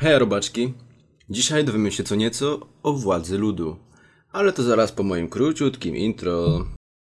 Hej robaczki, dzisiaj dowiemy się co nieco o władzy ludu, ale to zaraz po moim króciutkim intro.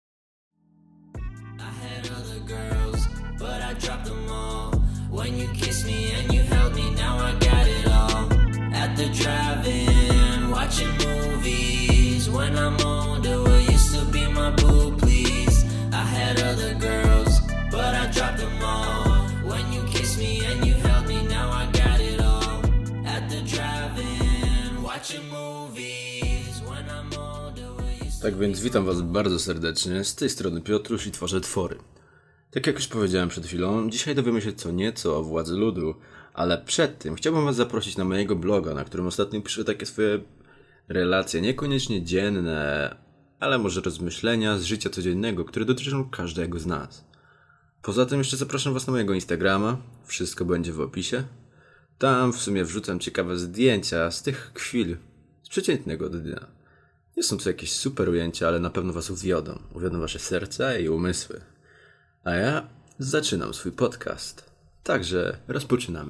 Tak więc witam was bardzo serdecznie, z tej strony Piotruś i tworzę twory. Tak jak już powiedziałem przed chwilą, dzisiaj dowiemy się co nieco o władzy ludu, ale przed tym chciałbym was zaprosić na mojego bloga, na którym ostatnio piszę takie swoje relacje, niekoniecznie dzienne, ale może rozmyślenia z życia codziennego, które dotyczą każdego z nas. Poza tym jeszcze zapraszam was na mojego Instagrama, wszystko będzie w opisie. Tam w sumie wrzucam ciekawe zdjęcia z tych chwil, z przeciętnego dnia. Nie są to jakieś super ujęcia, ale na pewno was uwiodą. Uwiodą wasze serca i umysły. A ja zaczynam swój podcast. Także rozpoczynamy.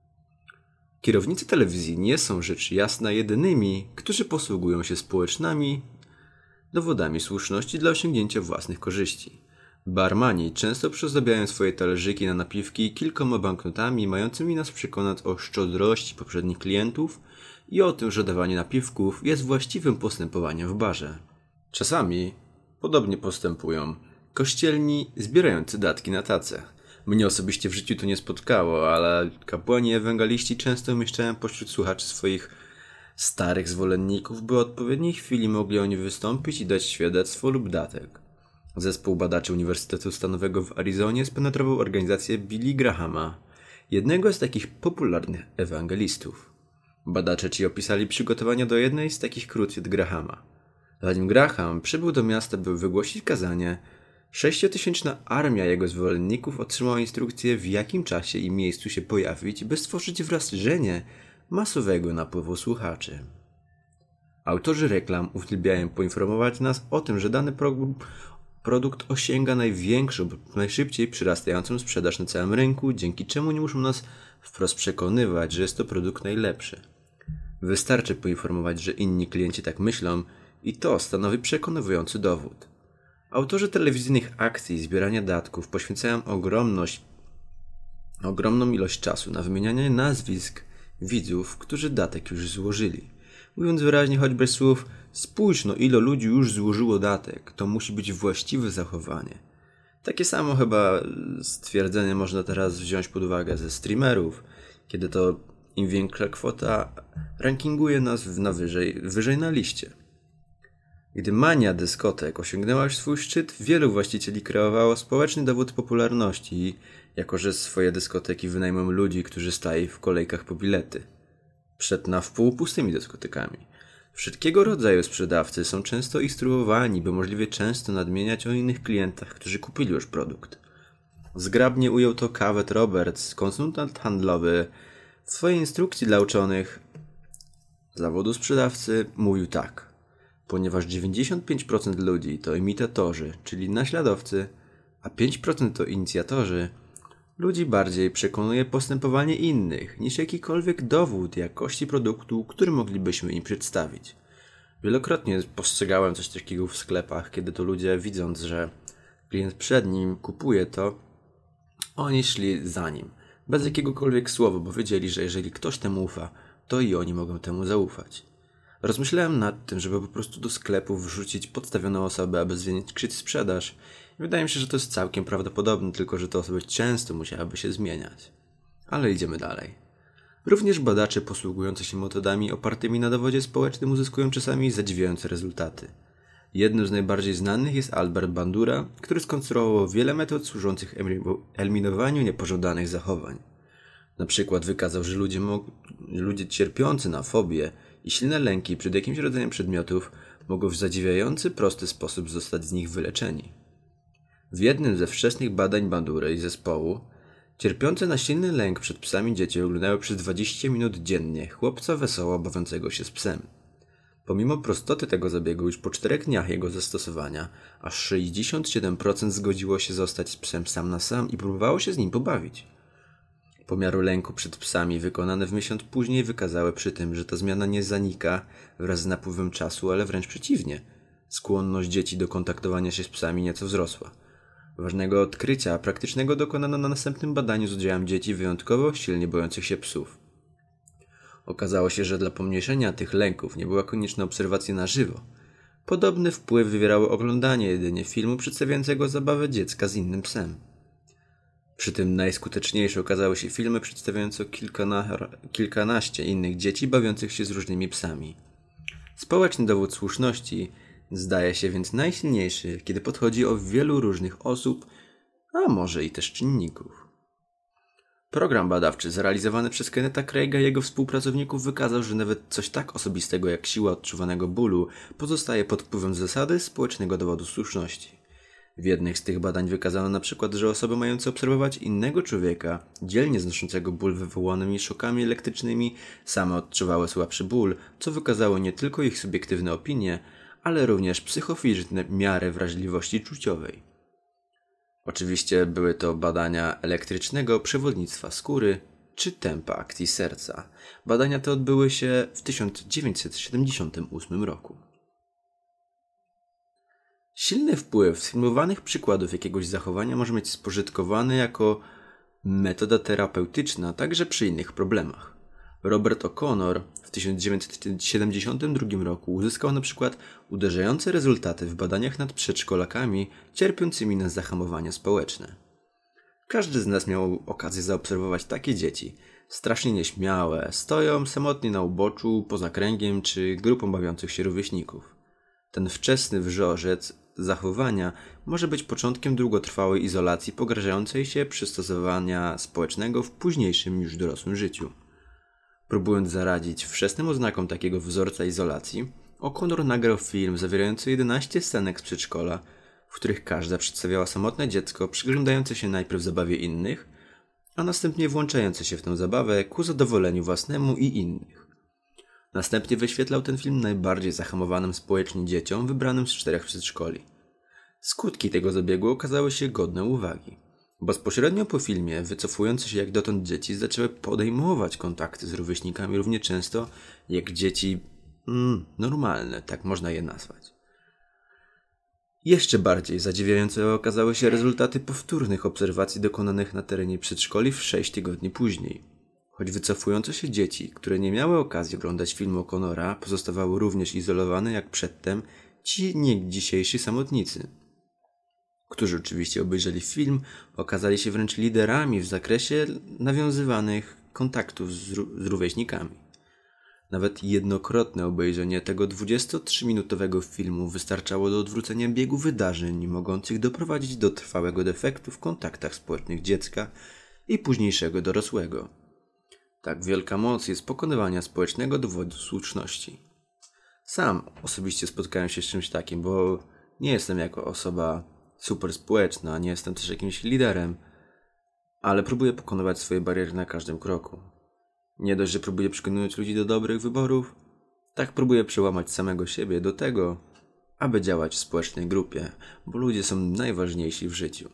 Kierownicy telewizji nie są rzecz jasna jedynymi, którzy posługują się społecznymi dowodami słuszności dla osiągnięcia własnych korzyści. Barmani często przyozdabiają swoje talerzyki na napiwki kilkoma banknotami mającymi nas przekonać o szczodrości poprzednich klientów i o tym, że dawanie napiwków jest właściwym postępowaniem w barze. Czasami podobnie postępują kościelni zbierający datki na tacę. Mnie osobiście w życiu to nie spotkało, ale kapłani ewangeliści często umieszczają pośród słuchaczy swoich starych zwolenników, by o odpowiedniej chwili mogli oni wystąpić i dać świadectwo lub datek. Zespół badaczy Uniwersytetu Stanowego w Arizonie spenetrował organizację Billy Grahama, jednego z takich popularnych ewangelistów. Badacze ci opisali przygotowania do jednej z takich krucjat Grahama. Zanim Graham przybył do miasta, by wygłosić kazanie, 6-tysięczna armia jego zwolenników otrzymała instrukcję, w jakim czasie i miejscu się pojawić, by stworzyć wrażenie masowego napływu słuchaczy. Autorzy reklam uwielbiają poinformować nas o tym, że dany produkt osiąga największą, najszybciej przyrastającą sprzedaż na całym rynku, dzięki czemu nie muszą nas wprost przekonywać, że jest to produkt najlepszy. Wystarczy poinformować, że inni klienci tak myślą i to stanowi przekonujący dowód. Autorzy telewizyjnych akcji i zbierania datków poświęcają ogromną ilość czasu na wymienianie nazwisk widzów, którzy datek już złożyli. Mówiąc wyraźnie choćby słów spójrz no ile ludzi już złożyło datek, to musi być właściwe zachowanie. Takie samo chyba stwierdzenie można teraz wziąć pod uwagę ze streamerów, kiedy to im większa kwota rankinguje nas wyżej na liście. Gdy mania dyskotek osiągnęła już swój szczyt, wielu właścicieli kreowało społeczny dowód popularności, jako że swoje dyskoteki wynajmują ludzi, którzy stali w kolejkach po bilety. Przed na wpół pustymi dyskotekami. Wszelkiego rodzaju sprzedawcy są często instruowani, by możliwie często nadmieniać o innych klientach, którzy kupili już produkt. Zgrabnie ujął to Cavett Roberts, konsultant handlowy. W swojej instrukcji dla uczonych zawodu sprzedawcy mówił tak. Ponieważ 95% ludzi to imitatorzy, czyli naśladowcy, a 5% to inicjatorzy, ludzi bardziej przekonuje postępowanie innych niż jakikolwiek dowód jakości produktu, który moglibyśmy im przedstawić. Wielokrotnie postrzegałem coś takiego w sklepach, kiedy to ludzie, widząc, że klient przed nim kupuje to, oni szli za nim, bez jakiegokolwiek słowa, bo wiedzieli, że jeżeli ktoś temu ufa, to i oni mogą temu zaufać. Rozmyślałem nad tym, żeby po prostu do sklepu wrzucić podstawioną osobę, aby zwiększyć sprzedaż. Wydaje mi się, że to jest całkiem prawdopodobne, tylko że te osoby często musiałyby się zmieniać. Ale idziemy dalej. Również badacze posługujący się metodami opartymi na dowodzie społecznym uzyskują czasami zadziwiające rezultaty. Jednym z najbardziej znanych jest Albert Bandura, który skonstruował wiele metod służących eliminowaniu niepożądanych zachowań. Na przykład wykazał, że ludzie cierpiący na fobię i silne lęki przed jakimś rodzajem przedmiotów mogą w zadziwiający prosty sposób zostać z nich wyleczeni. W jednym ze wczesnych badań Bandury i zespołu cierpiące na silny lęk przed psami dzieci oglądały przez 20 minut dziennie chłopca wesoło bawiącego się z psem. Pomimo prostoty tego zabiegu już po 4 dniach jego zastosowania aż 67% zgodziło się zostać z psem sam na sam i próbowało się z nim pobawić. pomiaru lęku przed psami wykonane w miesiąc później wykazały przy tym, że ta zmiana nie zanika wraz z napływem czasu, ale wręcz przeciwnie. Skłonność dzieci do kontaktowania się z psami nieco wzrosła. Ważnego odkrycia praktycznego dokonano na następnym badaniu z udziałem dzieci wyjątkowo silnie bojących się psów. Okazało się, że dla pomniejszenia tych lęków nie była konieczna obserwacja na żywo. Podobny wpływ wywierało oglądanie jedynie filmu przedstawiającego zabawę dziecka z innym psem. Przy tym najskuteczniejsze okazały się filmy przedstawiające kilkanaście innych dzieci bawiących się z różnymi psami. Społeczny dowód słuszności zdaje się więc najsilniejszy, kiedy podchodzi o wielu różnych osób, a może i też czynników. Program badawczy zrealizowany przez Kennetha Craiga i jego współpracowników wykazał, że nawet coś tak osobistego jak siła odczuwanego bólu pozostaje pod wpływem zasady społecznego dowodu słuszności. W jednych z tych badań wykazano na przykład, że osoby mające obserwować innego człowieka, dzielnie znoszącego ból wywołanymi szokami elektrycznymi, same odczuwały słabszy ból, co wykazało nie tylko ich subiektywne opinie, ale również psychofizyczne miary wrażliwości czuciowej. Oczywiście były to badania elektrycznego przewodnictwa skóry czy tempa akcji serca. Badania te odbyły się w 1978 roku. Silny wpływ sfilmowanych przykładów jakiegoś zachowania może być spożytkowany jako metoda terapeutyczna także przy innych problemach. Robert O'Connor w 1972 roku uzyskał na przykład uderzające rezultaty w badaniach nad przedszkolakami cierpiącymi na zahamowania społeczne. Każdy z nas miał okazję zaobserwować takie dzieci, strasznie nieśmiałe, stoją samotnie na uboczu, poza kręgiem czy grupą bawiących się rówieśników. Ten wczesny wzorzec zachowania może być początkiem długotrwałej izolacji pograżającej się przystosowania społecznego w późniejszym już dorosłym życiu. Próbując zaradzić wczesnym oznakom takiego wzorca izolacji, O'Connor nagrał film zawierający 11 scenek z przedszkola, w których każda przedstawiała samotne dziecko przyglądające się najpierw zabawie innych, a następnie włączające się w tę zabawę ku zadowoleniu własnemu i innych. Następnie wyświetlał ten film najbardziej zahamowanym społecznie dzieciom wybranym z 4 przedszkoli. Skutki tego zabiegu okazały się godne uwagi. Bezpośrednio po filmie wycofujące się jak dotąd dzieci zaczęły podejmować kontakty z rówieśnikami równie często jak dzieci normalne, tak można je nazwać. Jeszcze bardziej zadziwiające okazały się rezultaty powtórnych obserwacji dokonanych na terenie przedszkoli w 6 tygodni później. Choć wycofujące się dzieci, które nie miały okazji oglądać filmu O'Connora, pozostawały również izolowane jak przedtem ci dzisiejsi samotnicy, którzy oczywiście obejrzeli film, okazali się wręcz liderami w zakresie nawiązywanych kontaktów z rówieśnikami. Nawet jednokrotne obejrzenie tego 23-minutowego filmu wystarczało do odwrócenia biegu wydarzeń mogących doprowadzić do trwałego defektu w kontaktach społecznych dziecka i późniejszego dorosłego. Tak wielka moc jest pokonywania społecznego dowodu słuszności. Sam osobiście spotkałem się z czymś takim, bo nie jestem jako osoba super społeczna, nie jestem też jakimś liderem, ale próbuję pokonywać swoje bariery na każdym kroku. Nie dość, że próbuję przekonywać ludzi do dobrych wyborów, tak próbuję przełamać samego siebie do tego, aby działać w społecznej grupie, bo ludzie są najważniejsi w życiu.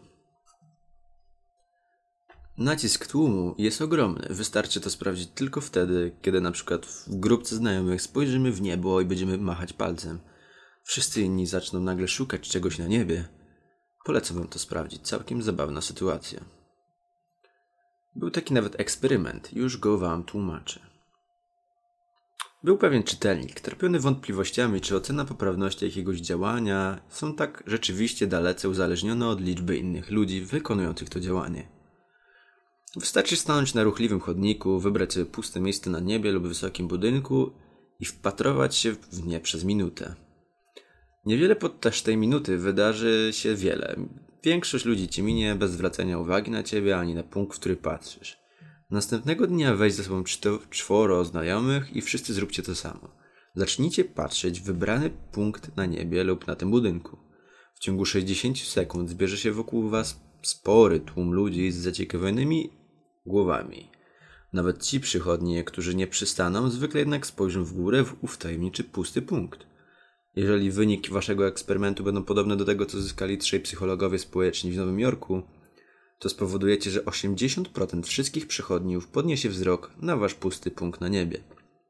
Nacisk tłumu jest ogromny, wystarczy to sprawdzić tylko wtedy, kiedy na przykład w grupce znajomych spojrzymy w niebo i będziemy machać palcem. Wszyscy inni zaczną nagle szukać czegoś na niebie. Polecam wam to sprawdzić, całkiem zabawna sytuacja. Był taki nawet eksperyment, już go wam tłumaczę. Był pewien czytelnik, trapiony wątpliwościami, czy ocena poprawności jakiegoś działania są tak rzeczywiście dalece uzależnione od liczby innych ludzi wykonujących to działanie. Wystarczy stanąć na ruchliwym chodniku, wybrać sobie puste miejsce na niebie lub wysokim budynku i wpatrować się w nie przez minutę. Niewiele podczas tej minuty wydarzy się wiele. Większość ludzi ci minie bez zwracania uwagi na ciebie ani na punkt, w który patrzysz. Następnego dnia weź ze sobą 4 znajomych i wszyscy zróbcie to samo. Zacznijcie patrzeć w wybrany punkt na niebie lub na tym budynku. W ciągu 60 sekund zbierze się wokół was spory tłum ludzi z zaciekawionymi głowami. Nawet ci przychodnie, którzy nie przystaną, zwykle jednak spojrzą w górę w ów tajemniczy pusty punkt. Jeżeli wyniki waszego eksperymentu będą podobne do tego, co zyskali 3 psychologowie społeczni w Nowym Jorku, to spowodujecie, że 80% wszystkich przechodniów podniesie wzrok na wasz pusty punkt na niebie.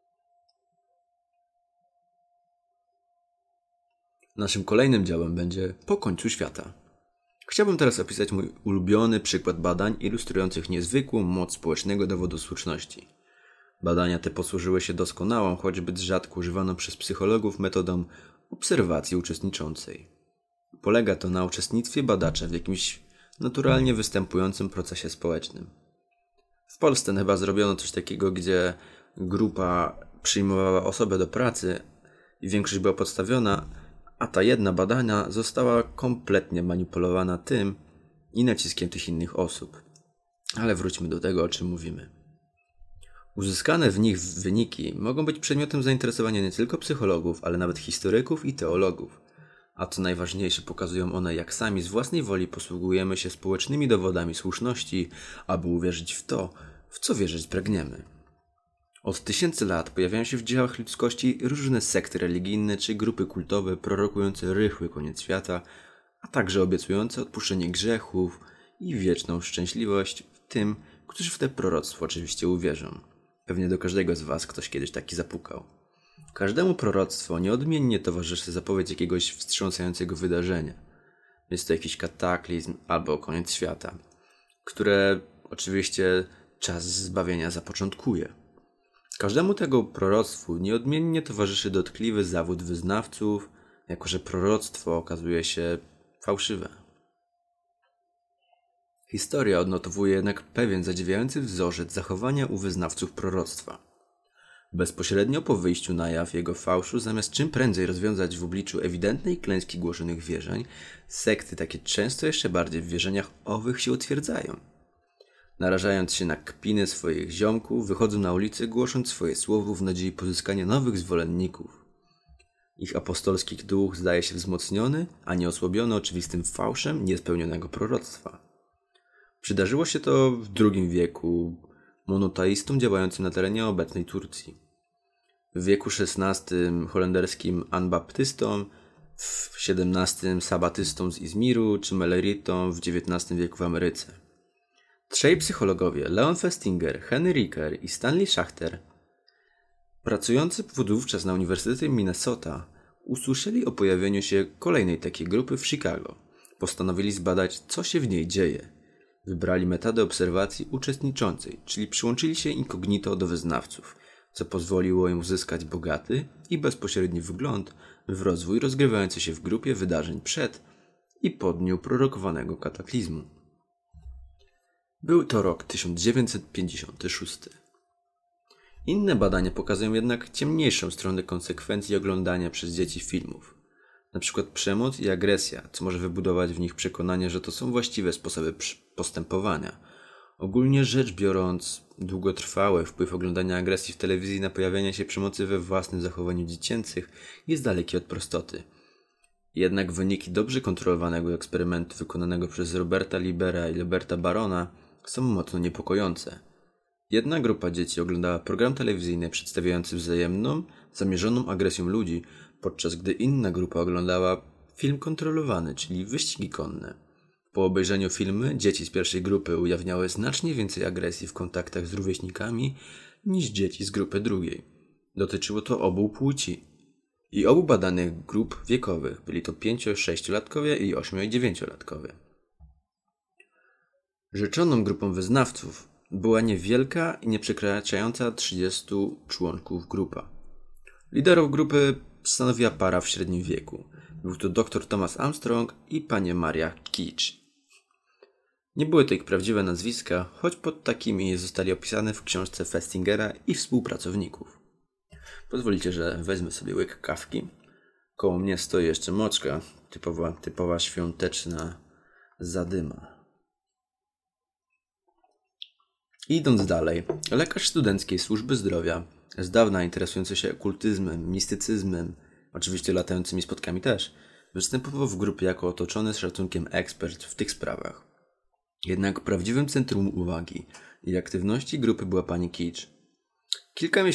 Naszym kolejnym działem będzie po końcu świata. Chciałbym teraz opisać mój ulubiony przykład badań ilustrujących niezwykłą moc społecznego dowodu słuszności. Badania te posłużyły się doskonałą, choćby rzadko używaną przez psychologów metodą obserwacji uczestniczącej. Polega to na uczestnictwie badacza w jakimś naturalnie występującym procesie społecznym. W Polsce chyba zrobiono coś takiego, gdzie grupa przyjmowała osobę do pracy i większość była podstawiona, a ta jedna badana została kompletnie manipulowana tym i naciskiem tych innych osób. Ale wróćmy do tego, o czym mówimy. Uzyskane w nich wyniki mogą być przedmiotem zainteresowania nie tylko psychologów, ale nawet historyków i teologów. A co najważniejsze, pokazują one, jak sami z własnej woli posługujemy się społecznymi dowodami słuszności, aby uwierzyć w to, w co wierzyć pragniemy. Od tysięcy lat pojawiają się w dziejach ludzkości różne sekty religijne czy grupy kultowe prorokujące rychły koniec świata, a także obiecujące odpuszczenie grzechów i wieczną szczęśliwość tym, którzy w te proroctwo oczywiście uwierzą. Pewnie do każdego z was ktoś kiedyś taki zapukał. Każdemu proroctwu nieodmiennie towarzyszy zapowiedź jakiegoś wstrząsającego wydarzenia. Jest to jakiś kataklizm albo koniec świata, które oczywiście czas zbawienia zapoczątkuje. Każdemu tego proroctwu nieodmiennie towarzyszy dotkliwy zawód wyznawców, jako że proroctwo okazuje się fałszywe. Historia odnotowuje jednak pewien zadziwiający wzorzec zachowania u wyznawców proroctwa. Bezpośrednio po wyjściu na jaw jego fałszu, zamiast czym prędzej rozwiązać w obliczu ewidentnej klęski głoszonych wierzeń, sekty takie często jeszcze bardziej w wierzeniach owych się utwierdzają. Narażając się na kpiny swoich ziomków, wychodzą na ulicę, głosząc swoje słowo w nadziei pozyskania nowych zwolenników. Ich apostolski duch zdaje się wzmocniony, a nie osłabiony oczywistym fałszem niespełnionego proroctwa. Przydarzyło się to w II wieku monoteistom działającym na terenie obecnej Turcji. W wieku XVI holenderskim anabaptystom, w XVII sabatystom z Izmiru czy meleritom w XIX wieku w Ameryce. Trzej psychologowie, Leon Festinger, Henry Ricker i Stanley Schachter, pracujący wówczas na Uniwersytecie Minnesota, usłyszeli o pojawieniu się kolejnej takiej grupy w Chicago. Postanowili zbadać, co się w niej dzieje. Wybrali metodę obserwacji uczestniczącej, czyli przyłączyli się incognito do wyznawców, co pozwoliło im uzyskać bogaty i bezpośredni wgląd w rozwój rozgrywający się w grupie wydarzeń przed i po dniu prorokowanego kataklizmu. Był to rok 1956. Inne badania pokazują jednak ciemniejszą stronę konsekwencji oglądania przez dzieci filmów. Na przykład przemoc i agresja, co może wybudować w nich przekonanie, że to są właściwe sposoby postępowania. Ogólnie rzecz biorąc, długotrwały wpływ oglądania agresji w telewizji na pojawianie się przemocy we własnym zachowaniu dziecięcych jest daleki od prostoty. Jednak wyniki dobrze kontrolowanego eksperymentu wykonanego przez Roberta Libera i Roberta Barona są mocno niepokojące. Jedna grupa dzieci oglądała program telewizyjny przedstawiający wzajemną, zamierzoną agresją ludzi, podczas gdy inna grupa oglądała film kontrolowany, czyli wyścigi konne. Po obejrzeniu filmu dzieci z pierwszej grupy ujawniały znacznie więcej agresji w kontaktach z rówieśnikami niż dzieci z grupy drugiej. Dotyczyło to obu płci i obu badanych grup wiekowych, byli to 5-6-latkowie i 8- i 9-latkowie. Rzeczoną grupą wyznawców była niewielka i nieprzekraczająca 30 członków grupa. Liderów grupy stanowiła para w średnim wieku. Był to dr Thomas Armstrong i pani Maria Kitsch. Nie były to ich prawdziwe nazwiska, choć pod takimi zostali opisane w książce Festingera i współpracowników. Pozwolicie, że wezmę sobie łyk kawki. Koło mnie stoi jeszcze moczka, typowa świąteczna zadyma. Idąc dalej, lekarz studenckiej służby zdrowia, z dawna interesujący się okultyzmem, mistycyzmem, oczywiście latającymi spotkami też, występował w grupie jako otoczony szacunkiem ekspert w tych sprawach. Jednak prawdziwym centrum uwagi i aktywności grupy była pani Kitsch. Kilka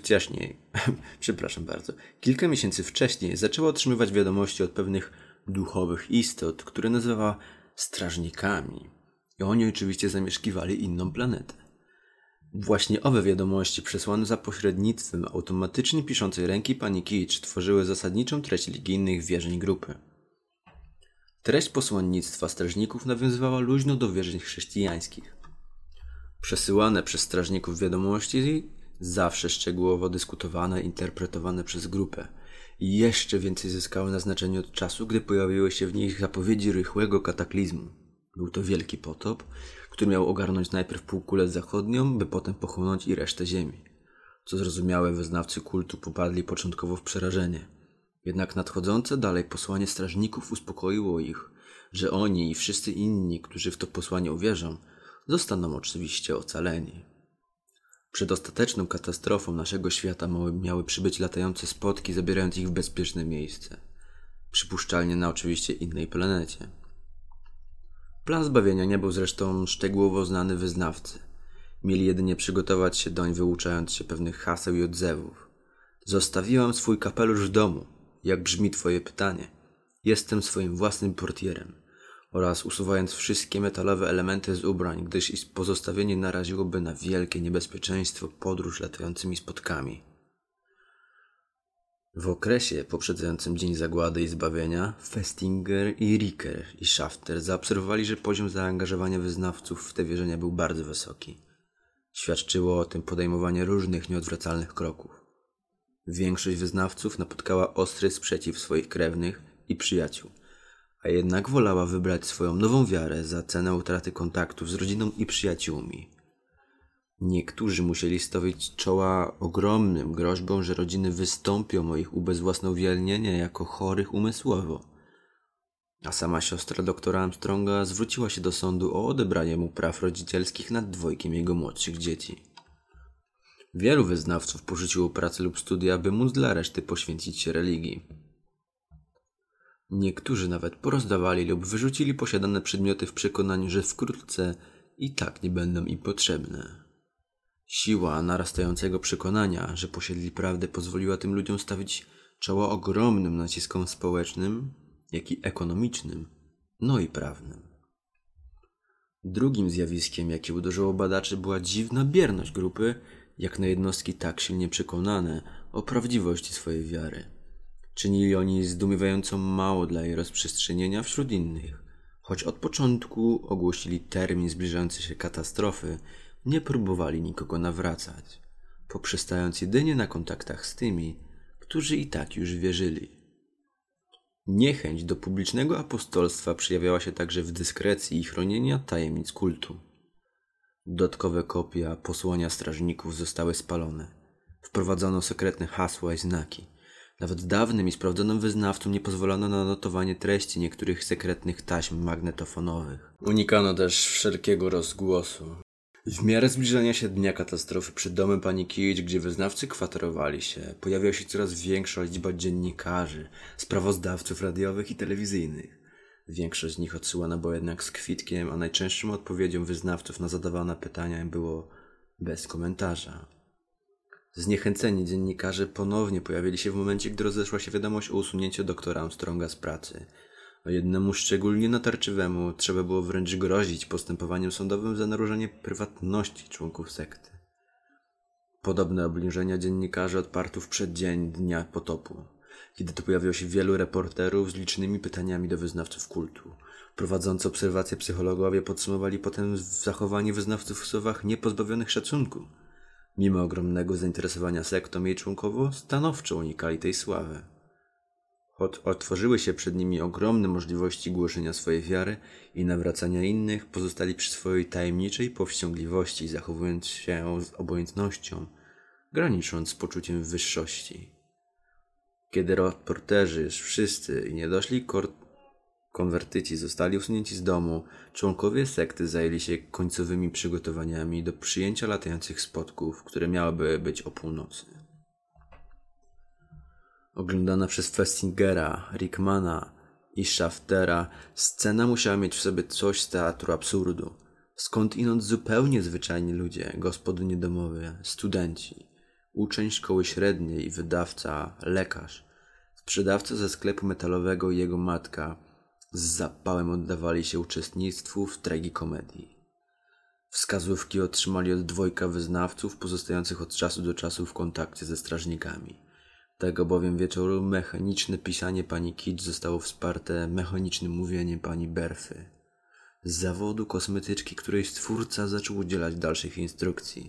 miesięcy wcześniej zaczęła otrzymywać wiadomości od pewnych duchowych istot, które nazywała strażnikami. I oni oczywiście zamieszkiwali inną planetę. Właśnie owe wiadomości przesłane za pośrednictwem automatycznie piszącej ręki pani Kitch tworzyły zasadniczą treść religijnych wierzeń grupy. Treść posłannictwa strażników nawiązywała luźno do wierzeń chrześcijańskich. Przesyłane przez strażników wiadomości zawsze szczegółowo dyskutowane i interpretowane przez grupę i jeszcze więcej zyskały na znaczeniu od czasu, gdy pojawiły się w nich zapowiedzi rychłego kataklizmu. Był to wielki potop, który miał ogarnąć najpierw półkulę zachodnią, by potem pochłonąć i resztę ziemi. Co zrozumiałe, wyznawcy kultu popadli początkowo w przerażenie. Jednak nadchodzące dalej posłanie strażników uspokoiło ich, że oni i wszyscy inni, którzy w to posłanie uwierzą, zostaną oczywiście ocaleni. Przed ostateczną katastrofą naszego świata miały przybyć latające spotki, zabierając ich w bezpieczne miejsce. Przypuszczalnie na oczywiście innej planecie. Plan zbawienia nie był zresztą szczegółowo znany wyznawcy. Mieli jedynie przygotować się doń, wyuczając się pewnych haseł i odzewów. Zostawiłam swój kapelusz w domu. Jak brzmi twoje pytanie? Jestem swoim własnym portierem. Oraz usuwając wszystkie metalowe elementy z ubrań, gdyż ich pozostawienie naraziłoby na wielkie niebezpieczeństwo podróż latającymi spotkami. W okresie poprzedzającym Dzień Zagłady i Zbawienia Festinger i Riker i Shafter zaobserwowali, że poziom zaangażowania wyznawców w te wierzenia był bardzo wysoki. Świadczyło o tym podejmowanie różnych nieodwracalnych kroków. Większość wyznawców napotkała ostry sprzeciw swoich krewnych i przyjaciół, a jednak wolała wybrać swoją nową wiarę za cenę utraty kontaktów z rodziną i przyjaciółmi. Niektórzy musieli stawić czoła ogromnym groźbom, że rodziny wystąpią o ich ubezwłasnowolnienie jako chorych umysłowo. A sama siostra doktora Armstronga zwróciła się do sądu o odebranie mu praw rodzicielskich nad dwojgiem jego młodszych dzieci. Wielu wyznawców porzuciło pracę lub studia, by móc dla reszty poświęcić się religii. Niektórzy nawet porozdawali lub wyrzucili posiadane przedmioty w przekonaniu, że wkrótce i tak nie będą im potrzebne. Siła narastającego przekonania, że posiedli prawdę, pozwoliła tym ludziom stawić czoło ogromnym naciskom społecznym, jak i ekonomicznym, no i prawnym. Drugim zjawiskiem, jakie uderzyło badaczy, była dziwna bierność grupy, jak na jednostki tak silnie przekonane o prawdziwości swojej wiary. Czynili oni zdumiewająco mało dla jej rozprzestrzenienia wśród innych, choć od początku ogłosili termin zbliżającej się katastrofy, nie próbowali nikogo nawracać, poprzestając jedynie na kontaktach z tymi, którzy i tak już wierzyli. Niechęć do publicznego apostolstwa przejawiała się także w dyskrecji i chronienia tajemnic kultu. Dodatkowe kopia posłania strażników zostały spalone. Wprowadzono sekretne hasła i znaki. Nawet dawnym i sprawdzonym wyznawcom nie pozwolono na notowanie treści niektórych sekretnych taśm magnetofonowych. Unikano też wszelkiego rozgłosu. W miarę zbliżania się dnia katastrofy przed domem pani Kitch, gdzie wyznawcy kwaterowali się, pojawiała się coraz większa liczba dziennikarzy, sprawozdawców radiowych i telewizyjnych. Większość z nich odsyłana była jednak z kwitkiem, a najczęstszą odpowiedzią wyznawców na zadawane pytania było bez komentarza. Zniechęceni dziennikarze ponownie pojawili się w momencie, gdy rozeszła się wiadomość o usunięciu doktora Armstronga z pracy. A jednemu szczególnie natarczywemu trzeba było wręcz grozić postępowaniem sądowym za naruszenie prywatności członków sekty. Podobne obniżenia dziennikarzy odparto w przeddzień dnia potopu, kiedy to pojawiło się wielu reporterów z licznymi pytaniami do wyznawców kultu. Prowadzący obserwacje psychologowie podsumowali potem zachowanie wyznawców w słowach niepozbawionych szacunku. Mimo ogromnego zainteresowania sektą jej członkowo stanowczo unikali tej sławy. Otworzyły się przed nimi ogromne możliwości głoszenia swojej wiary i nawracania innych, pozostali przy swojej tajemniczej powściągliwości, zachowując się z obojętnością, granicząc z poczuciem wyższości. Kiedy reporterzy już wszyscy i niedoszli konwertyci zostali usunięci z domu, członkowie sekty zajęli się końcowymi przygotowaniami do przyjęcia latających spotków, które miałyby być o północy. Oglądana przez Festingera, Rickmana i Shaftera, scena musiała mieć w sobie coś z teatru absurdu. Skądinąd zupełnie zwyczajni ludzie, gospodynie domowe, studenci, uczeń szkoły średniej i wydawca, lekarz, sprzedawca ze sklepu metalowego i jego matka, Z zapałem oddawali się uczestnictwu w tragikomedii. Wskazówki otrzymali od dwojga wyznawców pozostających od czasu do czasu w kontakcie ze strażnikami. Tego bowiem wieczoru mechaniczne pisanie pani Kitch zostało wsparte mechanicznym mówieniem pani Berthy. Z zawodu kosmetyczki, której stwórca zaczął udzielać dalszych instrukcji.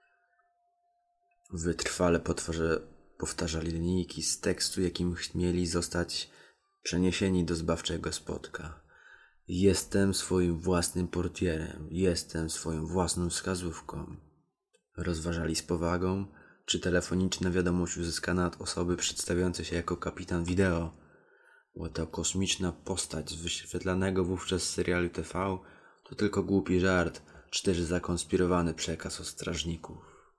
Wytrwale powtarzali linijki z tekstu, jakim mieli zostać przeniesieni do zbawczego spotka. Jestem swoim własnym portierem, jestem swoją własną wskazówką. Rozważali z powagą, czy telefoniczna wiadomość uzyskana od osoby przedstawiającej się jako kapitan wideo była to kosmiczna postać z wyświetlanego wówczas serialu TV, to tylko głupi żart, czy też zakonspirowany przekaz od strażników.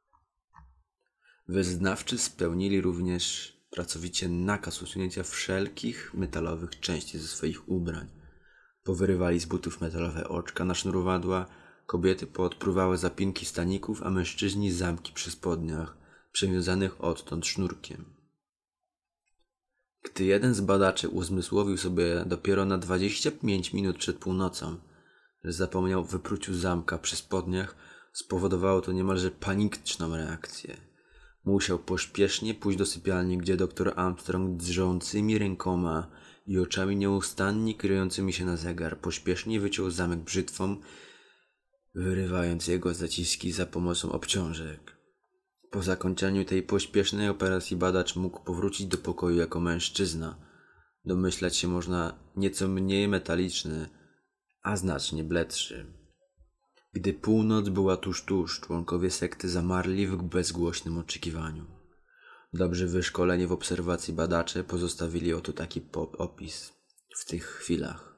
Wyznawczy spełnili również pracowicie nakaz usunięcia wszelkich metalowych części ze swoich ubrań. Powyrywali z butów metalowe oczka na sznurowadła, kobiety poodpruwały zapinki staników, a mężczyźni zamki przy spodniach, przewiązanych odtąd sznurkiem. Gdy jeden z badaczy uzmysłowił sobie dopiero na 25 minut przed północą, że zapomniał o wypruciu zamka przy spodniach, spowodowało to niemalże paniczną reakcję. Musiał pośpiesznie pójść do sypialni, gdzie dr Armstrong drżącymi rękoma i oczami nieustannie kryjącymi się na zegar pośpiesznie wyciął zamek brzytwą, wyrywając jego zaciski za pomocą obciążek. Po zakończeniu tej pośpiesznej operacji badacz mógł powrócić do pokoju jako mężczyzna. Domyślać się można nieco mniej metaliczny, a znacznie bledszy. Gdy północ była tuż, członkowie sekty zamarli w bezgłośnym oczekiwaniu. Dobrze wyszkoleni w obserwacji badacze pozostawili oto taki opis w tych chwilach.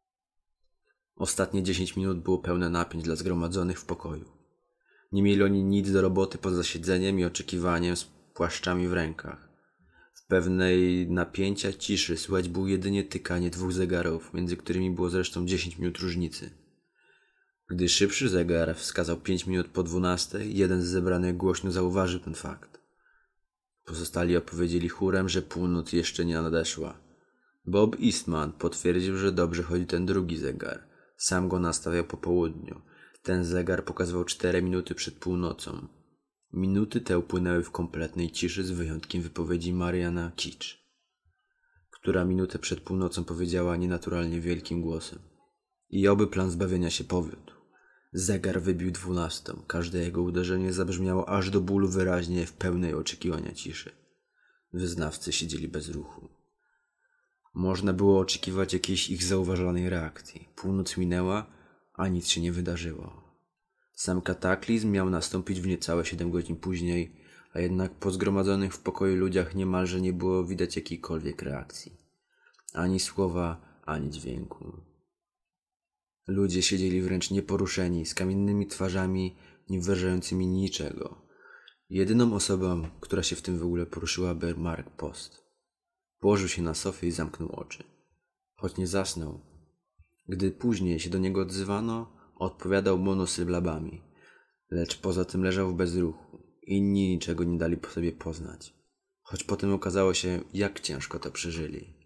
Ostatnie 10 minut było pełne napięć dla zgromadzonych w pokoju. Nie mieli oni nic do roboty poza siedzeniem i oczekiwaniem z płaszczami w rękach. W pewnej napięcia ciszy słychać było jedynie tykanie 2 zegarów, między którymi było zresztą 10 minut różnicy. Gdy szybszy zegar wskazał 5 minut po 12, jeden z zebranych głośno zauważył ten fakt. Pozostali opowiedzieli chórem, że północ jeszcze nie nadeszła. Bob Eastman potwierdził, że dobrze chodzi ten drugi zegar. Sam go nastawiał po południu. Ten zegar pokazywał 4 minuty przed północą. Minuty te upłynęły w kompletnej ciszy z wyjątkiem wypowiedzi Mariana Kitch, która minutę przed północą powiedziała nienaturalnie wielkim głosem. I oby plan zbawienia się powiódł. Zegar wybił 12. Każde jego uderzenie zabrzmiało aż do bólu wyraźnie w pełnej oczekiwania ciszy. Wyznawcy siedzieli bez ruchu. Można było oczekiwać jakiejś ich zauważalnej reakcji. Północ minęła, a nic się nie wydarzyło. Sam kataklizm miał nastąpić w niecałe 7 godzin później, a jednak po zgromadzonych w pokoju ludziach niemalże nie było widać jakiejkolwiek reakcji. Ani słowa, ani dźwięku. Ludzie siedzieli wręcz nieporuszeni, z kamiennymi twarzami, nie wyrażającymi niczego. Jedyną osobą, która się w tym w ogóle poruszyła, był Mark Post. Położył się na sofie i zamknął oczy. Choć nie zasnął. Gdy później się do niego odzywano, odpowiadał monosyllabami, lecz poza tym leżał w bezruchu. Inni niczego nie dali po sobie poznać. Choć potem okazało się, jak ciężko to przeżyli.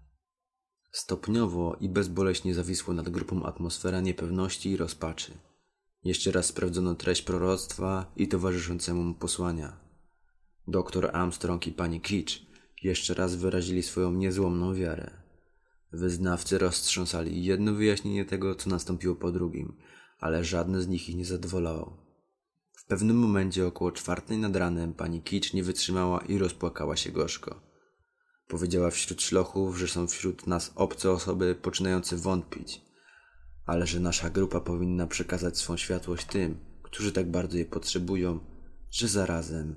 Stopniowo i bezboleśnie zawisła nad grupą atmosfera niepewności i rozpaczy. Jeszcze raz sprawdzono treść proroctwa i towarzyszącemu mu posłania. Doktor Armstrong i pani Kitch jeszcze raz wyrazili swoją niezłomną wiarę. Wyznawcy roztrząsali jedno wyjaśnienie tego, co nastąpiło po drugim, ale żadne z nich ich nie zadowalało. W pewnym momencie około 4 nad ranem pani Kitch nie wytrzymała i rozpłakała się gorzko. Powiedziała wśród szlochów, że są wśród nas obce osoby poczynające wątpić, ale że nasza grupa powinna przekazać swą światłość tym, którzy tak bardzo je potrzebują, że zarazem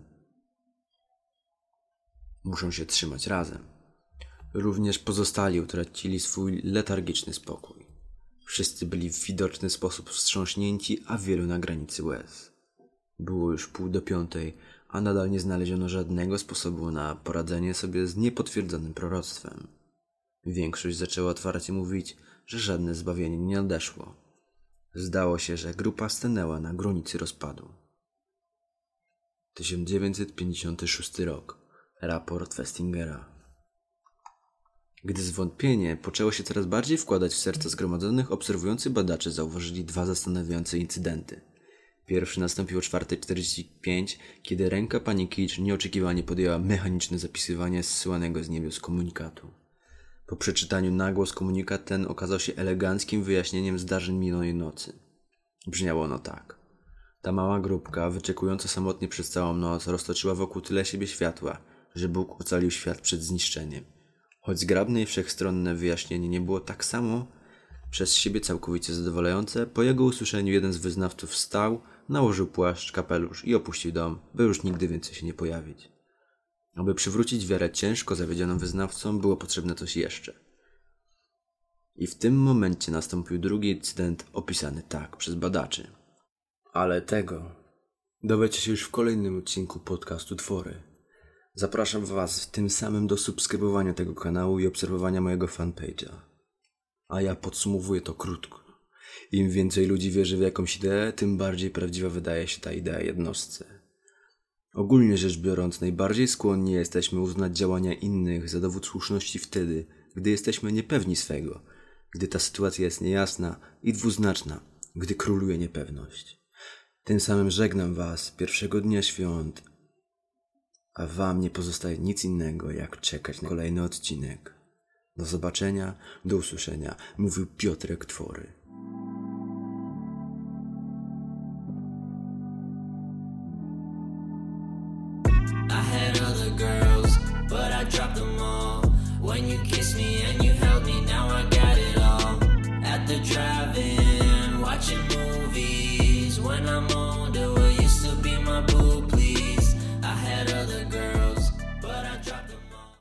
muszą się trzymać razem. Również pozostali utracili swój letargiczny spokój. Wszyscy byli w widoczny sposób wstrząśnięci, a wielu na granicy łez. Było już 4:30, a nadal nie znaleziono żadnego sposobu na poradzenie sobie z niepotwierdzonym proroctwem. Większość zaczęła otwarcie mówić, że żadne zbawienie nie nadeszło. Zdało się, że grupa stanęła na granicy rozpadu. 1956 rok. Raport Festingera. Gdy zwątpienie poczęło się coraz bardziej wkładać w serca zgromadzonych, obserwujący badacze zauważyli dwa zastanawiające incydenty. Pierwszy nastąpił o 4:45, kiedy ręka pani Keach nieoczekiwanie podjęła mechaniczne zapisywanie zsyłanego z niebios komunikatu. Po przeczytaniu na głos komunikat ten okazał się eleganckim wyjaśnieniem zdarzeń minionej nocy. Brzmiało ono tak. Ta mała grupka, wyczekująca samotnie przez całą noc, roztoczyła wokół tyle siebie światła, że Bóg ocalił świat przed zniszczeniem. Choć zgrabne i wszechstronne wyjaśnienie nie było tak samo przez siebie całkowicie zadowalające, po jego usłyszeniu jeden z wyznawców wstał, nałożył płaszcz, kapelusz i opuścił dom, by już nigdy więcej się nie pojawić. Aby przywrócić wiarę ciężko zawiedzionym wyznawcom, było potrzebne coś jeszcze. I w tym momencie nastąpił drugi incydent opisany tak przez badaczy. Ale tego dowiecie się już w kolejnym odcinku podcastu Twory. Zapraszam Was tym samym do subskrybowania tego kanału i obserwowania mojego fanpage'a. A ja podsumowuję to krótko. Im więcej ludzi wierzy w jakąś ideę, tym bardziej prawdziwa wydaje się ta idea jednostce. Ogólnie rzecz biorąc, najbardziej skłonni jesteśmy uznać działania innych za dowód słuszności wtedy, gdy jesteśmy niepewni swego, gdy ta sytuacja jest niejasna i dwuznaczna, gdy króluje niepewność. Tym samym żegnam Was pierwszego dnia świąt, a Wam nie pozostaje nic innego, jak czekać na kolejny odcinek. Do zobaczenia, do usłyszenia, mówił Piotrek Twory. I had other girls, but I dropped them all. When you kissed me and you held me, now I got it all. At the drive-in, watching movies. When I'm older, will you still be my boo?